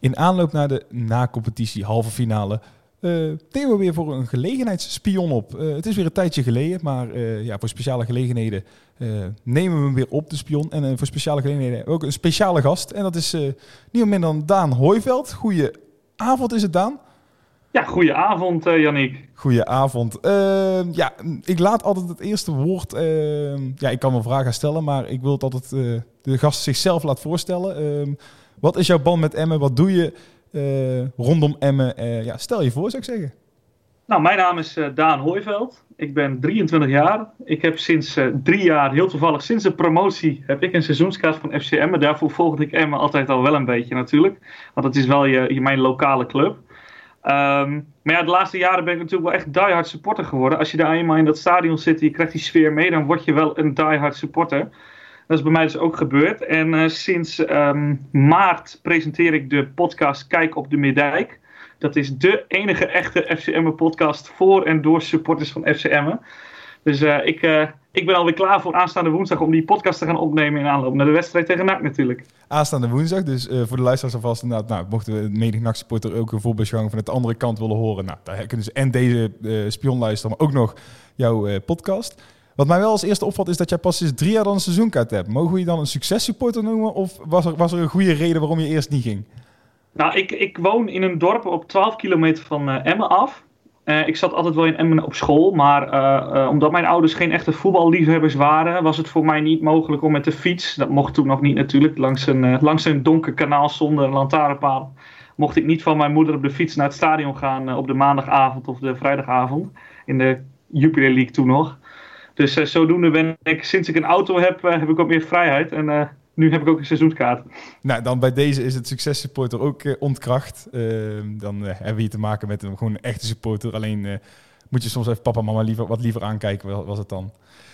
In aanloop naar de na-competitie halve finale nemen we weer voor een gelegenheidsspion op. Het is weer een tijdje geleden, maar voor speciale gelegenheden nemen we hem weer op, de spion. En voor speciale gelegenheden ook een speciale gast. En dat is niemand minder dan Daan Hooiveld. Goeie avond is het, Daan. Ja, goedenavond Yannick. Goedenavond. Ik laat altijd het eerste woord... ik kan wel vragen stellen, maar ik wil het altijd de gast zichzelf laat voorstellen. Wat is jouw band met Emmen? Wat doe je rondom Emmen? Stel je voor, zou ik zeggen. Nou, mijn naam is Daan Hooiveld. Ik ben 23 jaar. Ik heb sinds 3 jaar, heel toevallig sinds de promotie, heb ik een seizoenskaart van FC Emmen. Daarvoor volgde ik Emmen altijd al wel een beetje natuurlijk. Want het is wel mijn lokale club. Maar de laatste jaren ben ik natuurlijk wel echt diehard supporter geworden. Als je daar eenmaal in dat stadion zit en je krijgt die sfeer mee, dan word je wel een diehard supporter. Dat is bij mij dus ook gebeurd. En sinds maart presenteer ik de podcast Kijk op de Meerdijk. Dat is de enige echte FC Emmen podcast voor en door supporters van FC Emmen. Dus ik ben alweer klaar voor aanstaande woensdag om die podcast te gaan opnemen in aanloop naar de wedstrijd tegen NAC natuurlijk. Aanstaande woensdag, dus voor de luisteraars alvast inderdaad, mochten we menig NAC-supporter ook een voorbeschouwing van de andere kant willen horen. Nou, daar kunnen ze en deze spion luisteren, maar ook nog jouw podcast. Wat mij wel als eerste opvalt is dat jij pas sinds 3 jaar dan een seizoenkaart hebt. Mogen we je dan een successupporter noemen of was er een goede reden waarom je eerst niet ging? Nou, ik woon in een dorp op 12 kilometer van Emmen af. Ik zat altijd wel in Emmen op school, maar omdat mijn ouders geen echte voetballiefhebbers waren, was het voor mij niet mogelijk om met de fiets, dat mocht toen nog niet natuurlijk, langs een donker kanaal zonder lantaarnpaal, mocht ik niet van mijn moeder op de fiets naar het stadion gaan op de maandagavond of de vrijdagavond, in de Jupiler League toen nog. Dus zodoende ben ik, sinds ik een auto heb ik wat meer vrijheid en nu heb ik ook een seizoenskaart. Nou, dan bij deze is het successupporter ook ontkracht. Dan hebben we hier te maken met gewoon een echte supporter. Alleen moet je soms even papa en mama wat liever aankijken, was het dan.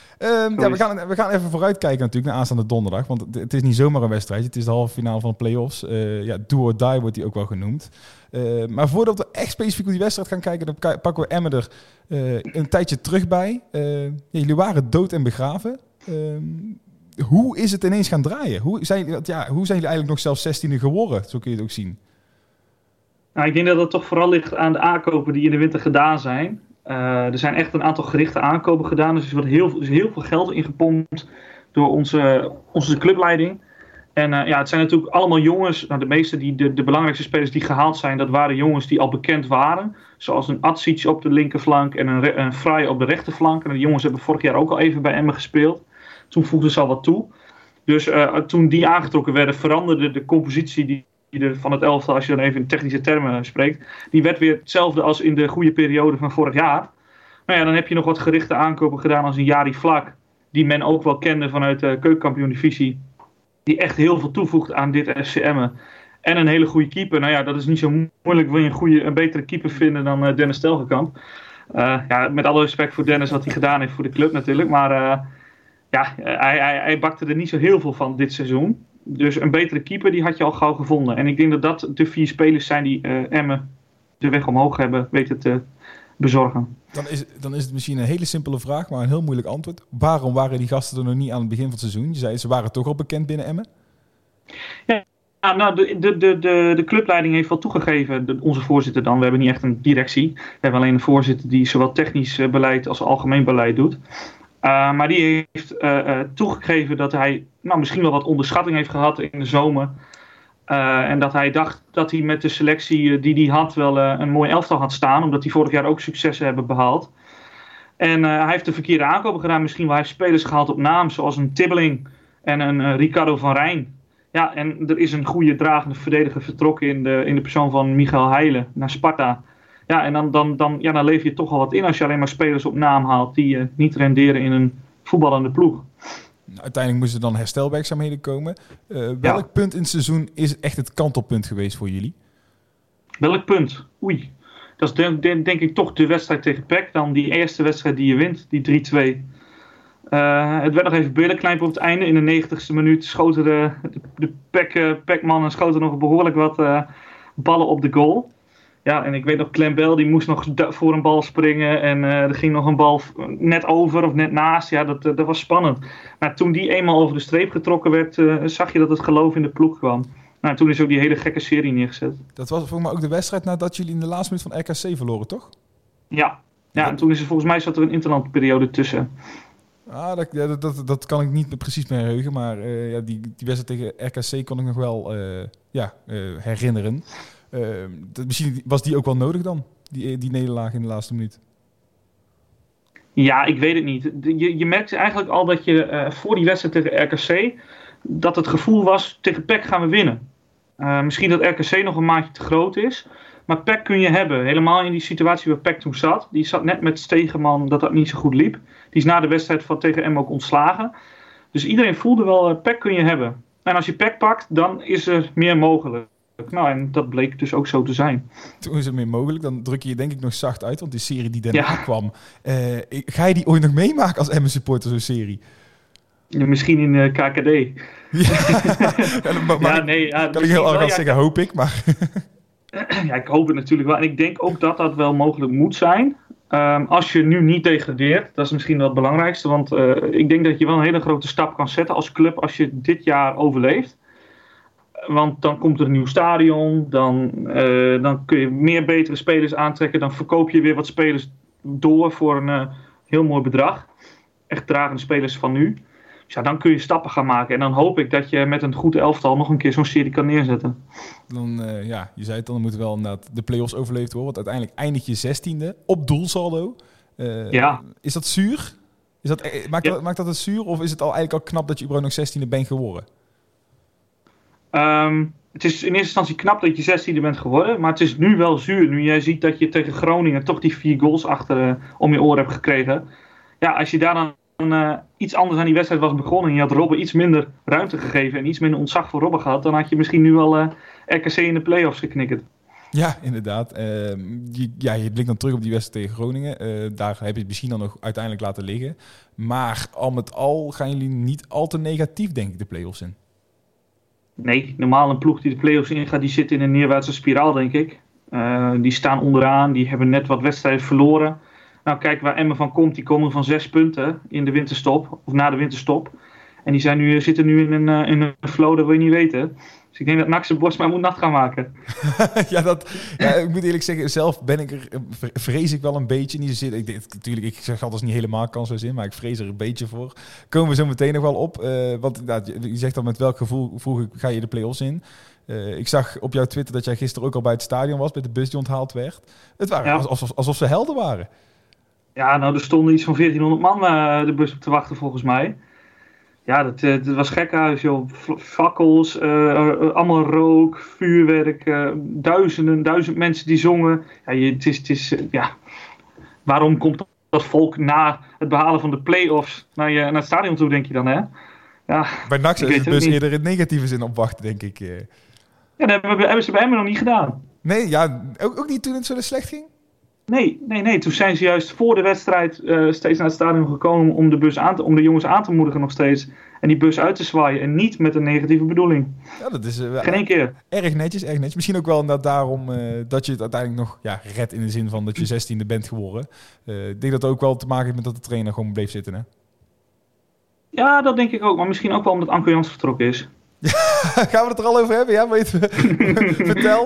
We gaan even vooruitkijken natuurlijk naar aanstaande donderdag. Want het is niet zomaar een wedstrijd. Het is de halve finale van de play-offs. Do or die wordt die ook wel genoemd. Maar voordat we echt specifiek op die wedstrijd gaan kijken, dan pakken we Emmen er een tijdje terug bij. Jullie waren dood en begraven. Hoe is het ineens gaan draaien? Hoe zijn jullie eigenlijk nog zelfs 16e geworden? Zo kun je het ook zien. Nou, ik denk dat het toch vooral ligt aan de aankopen die in de winter gedaan zijn. Er zijn echt een aantal gerichte aankopen gedaan. Dus er wordt heel veel geld ingepompt door onze clubleiding. En het zijn natuurlijk allemaal jongens. Nou, de meeste, de belangrijkste spelers die gehaald zijn, dat waren jongens die al bekend waren. Zoals een Atsic op de linkerflank en een Vrij op de rechterflank. En de jongens hebben vorig jaar ook al even bij Emmen gespeeld. Toen voegden ze al wat toe. Dus toen die aangetrokken werden, veranderde de compositie van het elftal, als je dan even in technische termen spreekt, die werd weer hetzelfde als in de goede periode van vorig jaar. Nou ja, dan heb je nog wat gerichte aankopen gedaan als een Jari Vlak, die men ook wel kende vanuit de keukenkampioen-divisie, die echt heel veel toevoegt aan dit FC Emmen. En een hele goede keeper. Nou ja, dat is niet zo moeilijk. Wil je een betere keeper vinden dan Dennis Telgekamp? Met alle respect voor Dennis, wat hij gedaan heeft voor de club natuurlijk, maar hij bakte er niet zo heel veel van dit seizoen. Dus een betere keeper, die had je al gauw gevonden. En ik denk dat dat de 4 spelers zijn die Emmen de weg omhoog hebben weten te bezorgen. Dan is het misschien een hele simpele vraag, maar een heel moeilijk antwoord. Waarom waren die gasten er nog niet aan het begin van het seizoen? Je zei, ze waren toch al bekend binnen Emmen? Ja, nou, de clubleiding heeft wel toegegeven, onze voorzitter dan. We hebben niet echt een directie. We hebben alleen een voorzitter die zowel technisch beleid als algemeen beleid doet. Maar die heeft toegegeven dat hij misschien wel wat onderschatting heeft gehad in de zomer. En dat hij dacht dat hij met de selectie die hij had wel een mooi elftal had staan. Omdat hij vorig jaar ook successen hebben behaald. En hij heeft de verkeerde aankopen gedaan. Misschien wel hij heeft spelers gehaald op naam. Zoals een Tibbeling en een Ricardo van Rijn. Ja, en er is een goede dragende verdediger vertrokken in de persoon van Michael Heijlen naar Sparta. Ja, en dan lever je toch al wat in als je alleen maar spelers op naam haalt die niet renderen in een voetballende ploeg. Uiteindelijk moesten er dan herstelwerkzaamheden komen. Welk punt in het seizoen is echt het kantelpunt geweest voor jullie? Welk punt? Oei. Dat is denk ik toch de wedstrijd tegen PEC. Dan die eerste wedstrijd die je wint, die 3-2. Het werd nog even billenknijpen op het einde. In de 90ste minuut schoten de PEC-mannen schoten nog behoorlijk wat ballen op de goal. Ja, en ik weet nog, Clem Bell, die moest nog voor een bal springen. En er ging nog een bal net over of net naast. Ja, dat was spannend. Maar toen die eenmaal over de streep getrokken werd, zag je dat het geloof in de ploeg kwam. Nou, toen is ook die hele gekke serie neergezet. Dat was volgens mij ook de wedstrijd nadat jullie in de laatste minuut van RKC verloren, toch? Ja, en toen is er volgens mij zat er een interlandperiode tussen. Dat kan ik niet meer precies meer heugen, maar die wedstrijd tegen RKC kon ik nog wel herinneren. Misschien was die ook wel nodig dan, die nederlaag in de laatste minuut. Ja, ik weet het niet. Je merkte eigenlijk al dat je voor die wedstrijd tegen RKC, dat het gevoel was, tegen PEC gaan we winnen. Misschien dat RKC nog een maatje te groot is, maar PEC kun je hebben. Helemaal in die situatie waar PEC toen zat. Die zat net met Stegeman dat niet zo goed liep. Die is na de wedstrijd tegen Emmen ook ontslagen. Dus iedereen voelde wel, PEC kun je hebben. En als je PEC pakt, dan is er meer mogelijk. Nou, en dat bleek dus ook zo te zijn. Toen is het meer mogelijk. Dan druk je je denk ik nog zacht uit. Want die serie die daarna kwam... ga je die ooit nog meemaken als Emmen supporter, zo'n serie? Ja, misschien in de KKD. Kan ik heel arrogant zeggen, hoop ik. Maar ja, ik hoop het natuurlijk wel. En ik denk ook dat dat wel mogelijk moet zijn. Als je nu niet degradeert, dat is misschien wel het belangrijkste. Want ik denk dat je wel een hele grote stap kan zetten als club als je dit jaar overleeft. Want dan komt er een nieuw stadion, dan kun je meer betere spelers aantrekken. Dan verkoop je weer wat spelers door voor een heel mooi bedrag. Echt dragende spelers van nu. Dus ja, dan kun je stappen gaan maken. En dan hoop ik dat je met een goed elftal nog een keer zo'n serie kan neerzetten. Dan, je zei het dan moeten wel inderdaad de play-offs overleefd worden. Want uiteindelijk eindig je 16e op doelsaldo. Is dat zuur? Maakt dat het zuur? Of is het eigenlijk al knap dat je überhaupt nog 16e bent geworden? Het is in eerste instantie knap dat je 16e bent geworden. Maar het is nu wel zuur. Nu jij ziet dat je tegen Groningen toch die 4 goals achter om je oren hebt gekregen. Ja, als je daar dan iets anders aan die wedstrijd was begonnen en je had Robben iets minder ruimte gegeven en iets minder ontzag voor Robben gehad, dan had je misschien nu wel RKC in de play-offs geknikkerd. Ja, inderdaad. Je blikt dan terug op die wedstrijd tegen Groningen. Daar heb je het misschien dan nog uiteindelijk laten liggen. Maar al met al gaan jullie niet al te negatief, denk ik, de play-offs in. Nee, normaal een ploeg die de play-offs ingaat, die zit in een neerwaartse spiraal, denk ik. Die staan onderaan, die hebben net wat wedstrijden verloren. Nou, kijk waar Emmen van komt. Die komen van 6 punten in de winterstop, of na de winterstop. En die zitten nu in een flow, dat wil je niet weten. Dus ik denk dat NAC zijn borst maar moet nat gaan maken. Ik moet eerlijk zeggen, zelf vrees ik wel een beetje. Natuurlijk, ik zeg altijd niet helemaal kansloos in, maar ik vrees er een beetje voor. Komen we zo meteen nog wel op. Want je zegt dan met welk gevoel ga je de play-offs in. Ik zag op jouw Twitter dat jij gisteren ook al bij het stadion was, bij de bus die onthaald werd. Het waren alsof ze helden waren. Ja, nou, er stonden iets van 1400 man de bus op te wachten volgens mij. Ja, dat was gekhuis, joh. Fakkels, allemaal rook, vuurwerk, duizend mensen die zongen. Ja, waarom komt dat volk na het behalen van de play-offs naar het stadion toe, denk je dan, hè? Ja, bij NAC is het dus eerder in negatieve zin op wachten, denk ik. Ja, dat hebben ze bij hem nog niet gedaan. Nee, ja, ook niet toen het zo slecht ging? Nee. Toen zijn ze juist voor de wedstrijd steeds naar het stadion gekomen om de jongens aan te moedigen nog steeds. En die bus uit te zwaaien en niet met een negatieve bedoeling. Ja, dat is geen één keer. Erg netjes. Misschien ook wel daarom dat je het uiteindelijk nog redt in de zin van dat je 16e bent geworden. Ik denk dat het ook wel te maken heeft met dat de trainer gewoon bleef zitten, hè? Ja, dat denk ik ook. Maar misschien ook wel omdat Anko Jans vertrokken is. Gaan we het er al over hebben? Ja, vertel.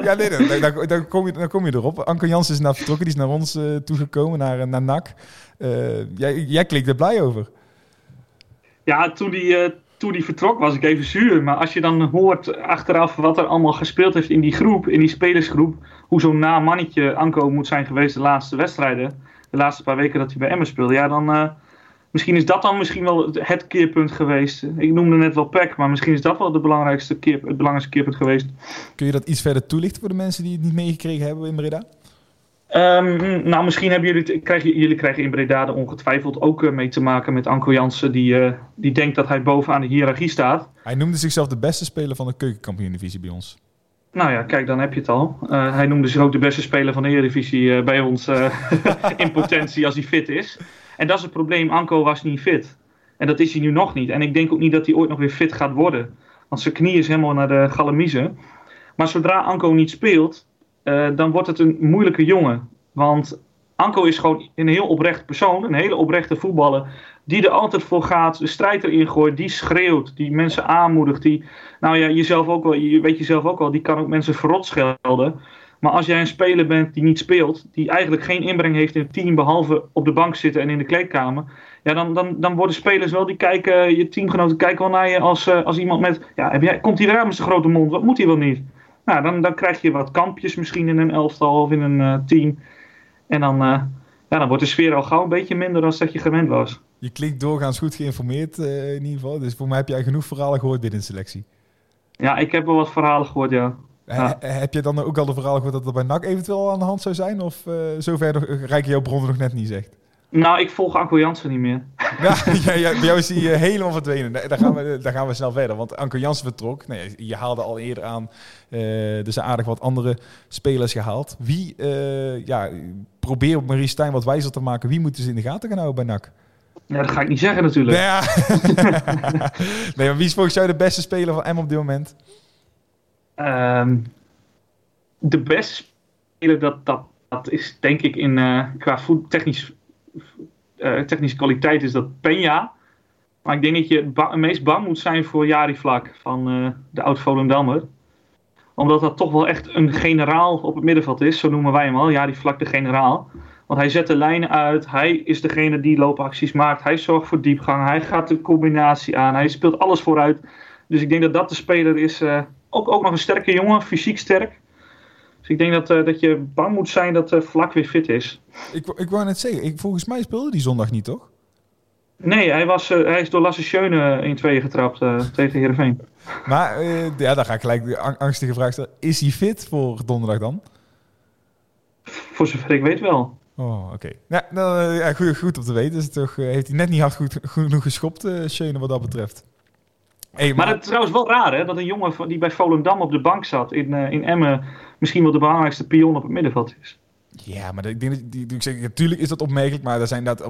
Dan kom je erop. Anko Jans is vertrokken, die is naar ons toegekomen, naar NAC. Jij klinkt er blij over. Ja, toen die vertrok was ik even zuur. Maar als je dan hoort achteraf wat er allemaal gespeeld heeft in die groep, in die spelersgroep, hoe zo'n mannetje Anko moet zijn geweest de laatste wedstrijden, de laatste paar weken dat hij bij Emmen speelde, ja, dan misschien is dat dan wel het keerpunt geweest. Ik noemde net wel PEC, maar misschien is dat wel het belangrijkste keerpunt geweest. Kun je dat iets verder toelichten voor de mensen die het niet meegekregen hebben in Breda? Nou, misschien hebben jullie krijgen in Breda er ongetwijfeld ook mee te maken met Anko Jansen, die denkt dat hij bovenaan de hiërarchie staat. Hij noemde zichzelf de beste speler van de keukenkampioen-divisie bij ons. Nou ja, kijk, dan heb je het al. Hij noemde zich ook de beste speler van de Eredivisie bij ons in potentie als hij fit is. En dat is het probleem, Anko was niet fit. En dat is hij nu nog niet. En ik denk ook niet dat hij ooit nog weer fit gaat worden. Want zijn knie is helemaal naar de galamiezen. Maar zodra Anko niet speelt, dan wordt het een moeilijke jongen. Want Anko is gewoon een heel oprecht persoon, een hele oprechte voetballer, die er altijd voor gaat, de strijd erin gooit, die schreeuwt, die mensen aanmoedigt, die, nou ja, je weet jezelf ook wel, die kan ook mensen verrot schelden. Maar als jij een speler bent die niet speelt, die eigenlijk geen inbreng heeft in het team, behalve op de bank zitten en in de kleedkamer, ja, dan worden spelers wel, je teamgenoten kijken wel naar je als iemand met, ja, komt hij weer met zijn grote mond, wat moet hij wel niet? Nou, dan krijg je wat kampjes misschien in een elftal of in een team. En dan wordt de sfeer al gauw een beetje minder dan dat je gewend was. Je klinkt doorgaans goed geïnformeerd in ieder geval. Dus voor mij heb jij genoeg verhalen gehoord binnen de selectie. Ja, ik heb wel wat verhalen gehoord, ja. Heb je dan ook al de verhalen gehoord dat er bij NAC eventueel aan de hand zou zijn? Of zover reiken jouw bronnen nog net niet, zegt? Nou, ik volg Anko Jansen niet meer. Ja, bij jou is hij helemaal verdwenen. Daar gaan we snel verder. Want Anko Jansen vertrok. Nee, je haalde al eerder aan. Er zijn aardig wat andere spelers gehaald. Wie, probeer op Maurice Stijn wat wijzer te maken. Wie moeten ze in de gaten gaan houden bij NAC? Ja, dat ga ik niet zeggen natuurlijk. Ja. Nee, maar wie is volgens jou de beste speler van M op dit moment? De beste speler, dat is denk ik qua technische kwaliteit is dat Peña. Maar ik denk dat je het meest bang moet zijn voor Jari Vlak van de oud-Volendammer. Omdat dat toch wel echt een generaal op het middenveld is. Zo noemen wij hem al, Jari Vlak de generaal. Want hij zet de lijnen uit. Hij is degene die loopacties maakt. Hij zorgt voor diepgang. Hij gaat de combinatie aan. Hij speelt alles vooruit. Dus ik denk dat dat de speler is. Ook nog een sterke jongen, fysiek sterk. Dus ik denk dat je bang moet zijn dat Vlak weer fit is. Ik wou net zeggen, volgens mij speelde die zondag niet, toch? Nee, hij is door Lasse Schöne in tweeën getrapt tegen Heerenveen. Maar dan ga ik gelijk de angstige vraag stellen. Is hij fit voor donderdag dan? Voor zover ik weet wel. Oh, oké. Ja, goed om te weten. Dus toch heeft hij net niet hard genoeg geschopt, Schöne, wat dat betreft. Hey, maar het is trouwens wel raar, hè, dat een jongen die bij Volendam op de bank zat in Emmen misschien wel de belangrijkste pion op het middenveld is. Ja, maar ik denk dat natuurlijk is dat opmerkelijk, maar er zijn dat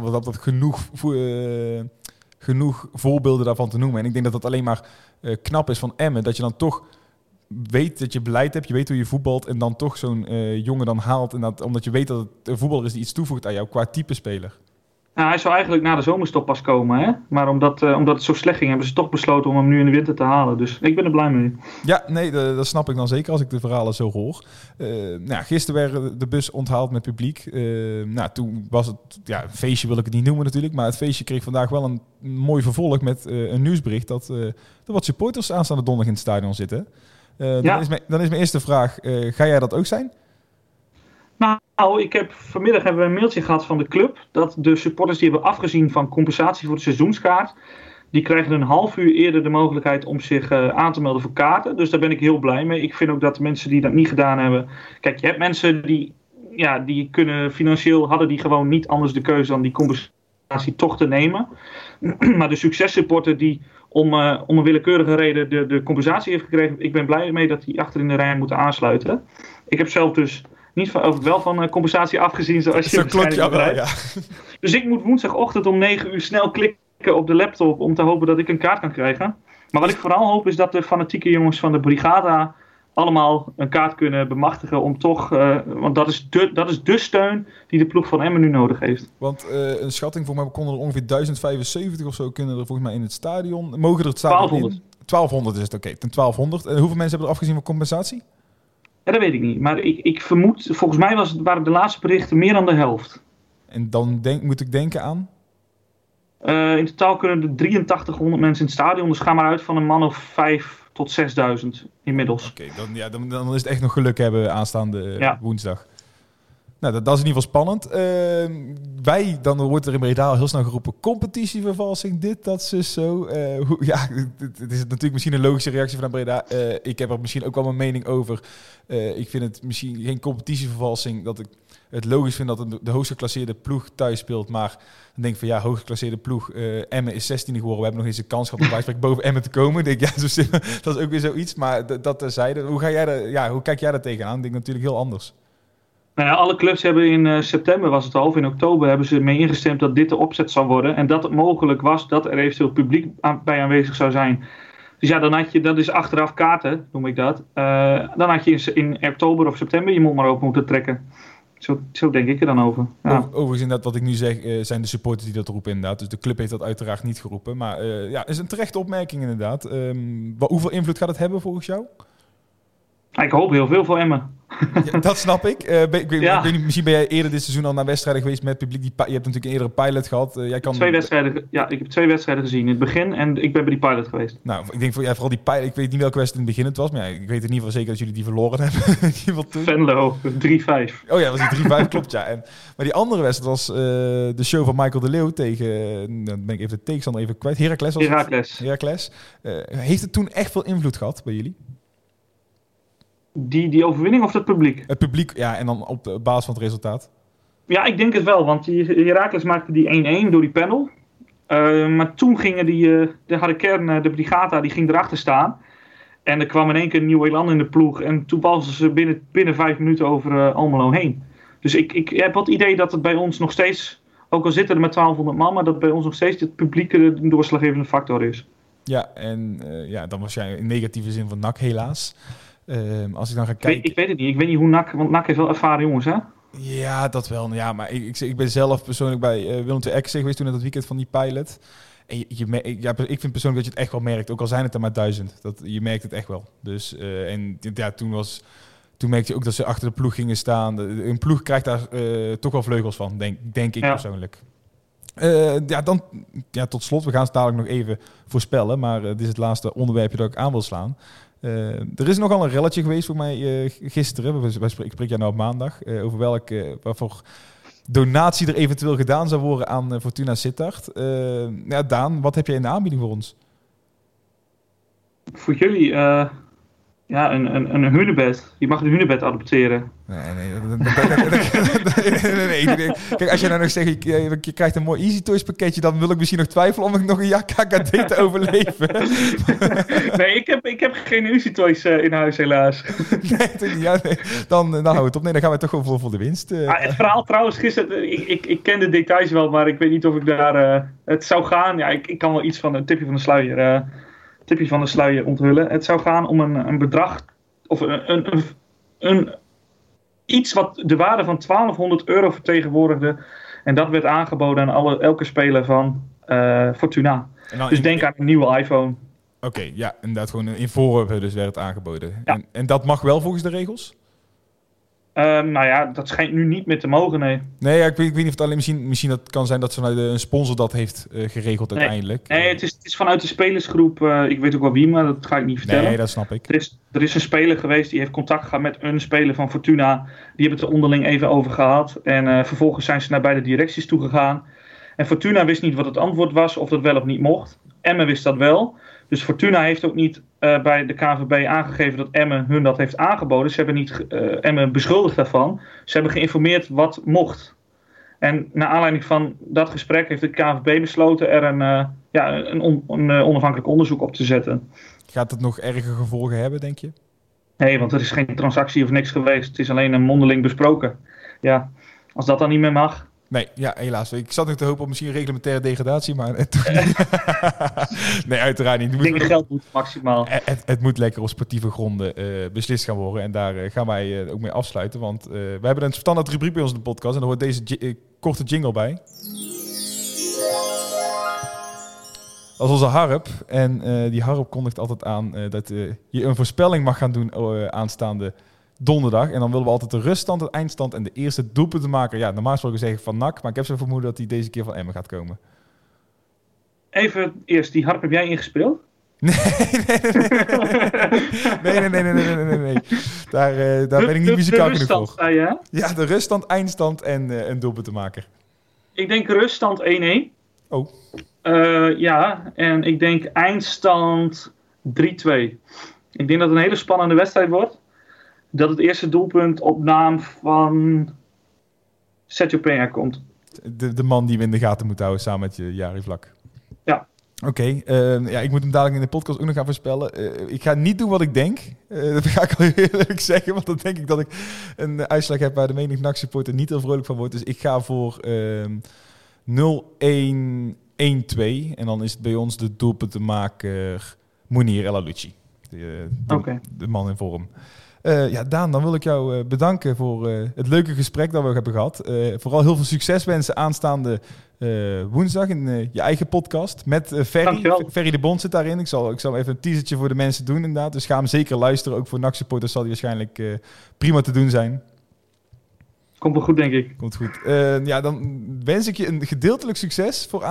genoeg voorbeelden daarvan te noemen. En ik denk dat dat alleen maar knap is van Emmen, dat je dan toch weet dat je beleid hebt, je weet hoe je voetbalt en dan toch zo'n jongen dan haalt. En omdat je weet dat het een voetballer is die iets toevoegt aan jou qua type speler. Nou, hij zou eigenlijk na de zomerstop pas komen, hè? Maar omdat het zo slecht ging, hebben ze toch besloten om hem nu in de winter te halen. Dus ik ben er blij mee. Ja, nee, dat snap ik dan zeker als ik de verhalen zo hoor. Gisteren werd de bus onthaald met publiek. Toen was het, een feestje wil ik het niet noemen natuurlijk, maar het feestje kreeg vandaag wel een mooi vervolg met een nieuwsbericht dat er wat supporters aanstaande donderdag in het stadion zitten. Dan is mijn eerste vraag, ga jij dat ook zijn? Nou, vanmiddag hebben we een mailtje gehad van de club dat de supporters die hebben afgezien van compensatie voor de seizoenskaart, die krijgen een half uur eerder de mogelijkheid om zich aan te melden voor kaarten. Dus daar ben ik heel blij mee. Ik vind ook dat de mensen die dat niet gedaan hebben. Kijk, je hebt mensen die kunnen financieel, hadden die gewoon niet anders de keuze dan die compensatie toch te nemen. Maar de successupporter die om een willekeurige reden de compensatie heeft gekregen, ik ben blij mee dat die achter in de rij moeten aansluiten. Ik heb zelf dus wel van compensatie afgezien, zoals je waarschijnlijk begrijpt. Ja. Dus ik moet woensdagochtend om 9 uur snel klikken op de laptop om te hopen dat ik een kaart kan krijgen. Maar wat ik vooral hoop is dat de fanatieke jongens van de Brigada allemaal een kaart kunnen bemachtigen om toch, want dat is de steun die de ploeg van Emmen nu nodig heeft. Want een schatting, voor mij konden er ongeveer 1075 of zo kunnen er volgens mij in het stadion. Mogen er het stadion 1200. in? 1200 is het, oké. 1200. En hoeveel mensen hebben er afgezien voor compensatie? Ja, dat weet ik niet. Maar ik vermoed, volgens mij waren de laatste berichten meer dan de helft. En dan moet ik denken aan? In totaal kunnen er 8300 mensen in het stadion. Dus ga maar uit van een man of 5 tot 6000 inmiddels. Oké, dan is het echt nog geluk hebben aanstaande woensdag. Nou, dat is in ieder geval spannend. Dan wordt er in Breda heel snel geroepen competitievervalsing, dit, dat, zo. Het is natuurlijk misschien een logische reactie vanuit Breda. Ik heb er misschien ook wel mijn mening over. Ik vind het misschien geen competitievervalsing, dat ik het logisch vind dat de hoogst geclasseerde ploeg thuis speelt. Maar dan denk ik van hoogst geclasseerde ploeg. Emmen is 16e geworden. We hebben nog eens een kans gehad om bijsprek boven Emmen te komen. Ik denk, dat is ook weer zoiets. Maar dat terzijde. Hoe kijk jij daar tegenaan? Ik denk natuurlijk heel anders. Nou ja, alle clubs hebben in september was het al, of in oktober hebben ze mee ingestemd dat dit de opzet zou worden. En dat het mogelijk was dat er eventueel publiek bij aanwezig zou zijn. Dus dan had je, dat is achteraf kaarten, noem ik dat. Dan had je in oktober of september je mond maar open moeten trekken. Zo denk ik er dan over. Ja. Overigens, inderdaad, wat ik nu zeg, zijn de supporters die dat roepen inderdaad. Dus de club heeft dat uiteraard niet geroepen. Maar is een terechte opmerking inderdaad. Hoeveel invloed gaat het hebben volgens jou? Ik hoop heel veel voor Emmen. Ja, dat snap ik. Ik weet niet, misschien ben jij eerder dit seizoen al naar wedstrijden geweest met publiek. Je hebt natuurlijk een eerdere pilot gehad. Jij kan... Ik heb 2 wedstrijden gezien in het begin en ik ben bij die pilot geweest. Nou, ik denk vooral die pilot. Ik weet niet welke wedstrijd in het begin het was, maar ik weet in ieder geval zeker dat jullie die verloren hebben. in ieder geval toen. Venlo, 3-5. Oh ja, was die 3-5, klopt ja. Maar die andere wedstrijd was de show van Michael de Leeuw tegen, dan ben ik even de tegenstander even kwijt, Heracles. Heeft het toen echt veel invloed gehad bij jullie? Die overwinning of het publiek? Het publiek, ja, en dan op basis van het resultaat. Ja, ik denk het wel, want Heracles maakte die 1-1 door die panel. Maar toen gingen de harde kern, de Brigata, die ging erachter staan. En er kwam in één keer Nieuw-Elan in de ploeg. En toen balden ze binnen 5 minuten over Almelo heen. Dus ik heb het idee dat het bij ons nog steeds, ook al zitten er met 1200 man, maar dat bij ons nog steeds het publiek een doorslaggevende factor is. Ja, en dan was jij in negatieve zin van NAC helaas. Als ik dan ga kijken... Ik weet het niet. Ik weet niet hoe NAC... Want NAC heeft wel ervaren jongens, hè? Ja, dat wel. Ja, maar ik ben zelf persoonlijk bij Willem II Excelsior geweest toen in dat weekend van die pilot. En ik vind persoonlijk dat je het echt wel merkt. Ook al zijn het er maar 1000. Je merkt het echt wel. Dus, toen merkte je ook dat ze achter de ploeg gingen staan. Een ploeg krijgt daar toch wel vleugels van, denk ik persoonlijk. Tot slot. We gaan het dadelijk nog even voorspellen. Maar dit is het laatste onderwerpje dat ik aan wil slaan. Er is nogal een relletje geweest voor mij gisteren. Ik spreek jou nou op maandag. Over waarvoor donatie er eventueel gedaan zou worden aan Fortuna Sittard. Daan, wat heb jij in de aanbieding voor ons? Voor jullie een hunebed. Je mag een hunebed adopteren. Nee. Kijk, als je nou nog zegt, je krijgt een mooi Easy Toys pakketje, dan wil ik misschien nog twijfelen om ik nog een jaar KKD te overleven. Nee, ik heb geen Easy Toys in huis helaas. Nee. Dan hou het op. Nee, dan gaan we toch gewoon voor de winst. Het verhaal trouwens gisteren, ik ken de details wel, maar ik weet niet of ik daar... het zou gaan, ja, ik kan wel iets van een tipje van de sluier onthullen. Het zou gaan om een bedrag of een iets wat de waarde van €1200 vertegenwoordigde. En dat werd aangeboden aan elke speler van Fortuna. Dus denk aan een nieuwe iPhone. Oké, ja, inderdaad gewoon in voorwerpen dus werd het aangeboden. Ja. En dat mag wel volgens de regels? Dat schijnt nu niet meer te mogen, nee. Nee, ja, ik weet niet of het alleen misschien dat kan zijn dat een sponsor dat heeft geregeld uiteindelijk. Nee, het is vanuit de spelersgroep. Ik weet ook wel wie, maar dat ga ik niet vertellen. Nee, dat snap ik. Er is een speler geweest die heeft contact gehad met een speler van Fortuna. Die hebben het er onderling even over gehad. En vervolgens zijn ze naar beide directies toegegaan. En Fortuna wist niet wat het antwoord was, of dat wel of niet mocht. Emmen wist dat wel. Dus Fortuna heeft ook niet bij de KNVB aangegeven dat Emmen hun dat heeft aangeboden. Ze hebben niet Emmen beschuldigd daarvan. Ze hebben geïnformeerd wat mocht. En naar aanleiding van dat gesprek heeft de KNVB besloten er een onafhankelijk onderzoek op te zetten. Gaat het nog erge gevolgen hebben, denk je? Nee, want er is geen transactie of niks geweest. Het is alleen een mondeling besproken. Ja, als dat dan niet meer mag... Nee, ja, helaas. Ik zat nog te hopen op misschien reglementaire degradatie, maar... Nee, uiteraard niet. Ik denk dat geld moet maximaal. Het moet lekker op sportieve gronden beslist gaan worden. En daar gaan wij ook mee afsluiten. Want we hebben een standaard rubriek bij ons in de podcast. En daar hoort deze korte jingle bij. Dat is onze harp. En die harp kondigt altijd aan dat je een voorspelling mag gaan doen aanstaande donderdag. En dan willen we altijd de ruststand, het eindstand en de eerste doelpunten maken. Ja, normaal gesproken zeg ik van NAC, maar ik heb zo'n vermoeden dat die deze keer van Emmen gaat komen. Even eerst, die harp heb jij ingespeeld? Nee. Daar ben ik niet muzikaal genoeg voor. Zei je, hè? Ja, de ruststand, eindstand en een doelpuntenmaker. Ik denk ruststand 1-1. Oh. En ik denk eindstand 3-2. Ik denk dat het een hele spannende wedstrijd wordt. Dat het eerste doelpunt op naam van Sergio Peña komt. De man die we in de gaten moeten houden samen met Jari Vlak. Ja. Oké, ik moet hem dadelijk in de podcast ook nog gaan voorspellen. Ik ga niet doen wat ik denk. Dat ga ik al heel eerlijk zeggen. Want dan denk ik dat ik een uitslag heb waar de menig NAC-supporter niet heel vrolijk van wordt. Dus ik ga voor 0-1-1-2. En dan is het bij ons de doelpuntenmaker Mounir El Alouchi. De man in vorm. Daan, dan wil ik jou bedanken voor het leuke gesprek dat we hebben gehad. Vooral heel veel succes wensen aanstaande woensdag in je eigen podcast met Ferry. Dankjewel. Ferry de Bond zit daarin. Ik zal even een teasertje voor de mensen doen inderdaad. Dus ga hem zeker luisteren. Ook voor NAC-supporters zal die waarschijnlijk prima te doen zijn. Komt wel goed, denk ik. Komt goed. Dan wens ik je een gedeeltelijk succes voor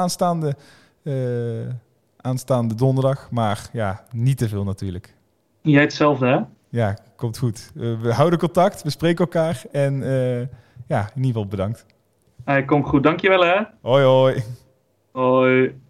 aanstaande donderdag. Maar ja, niet te veel natuurlijk. Jij hetzelfde, hè? Ja, komt goed. We houden contact, we spreken elkaar. En in ieder geval bedankt. Komt goed. Dankjewel, hè? Hoi hoi. Hoi.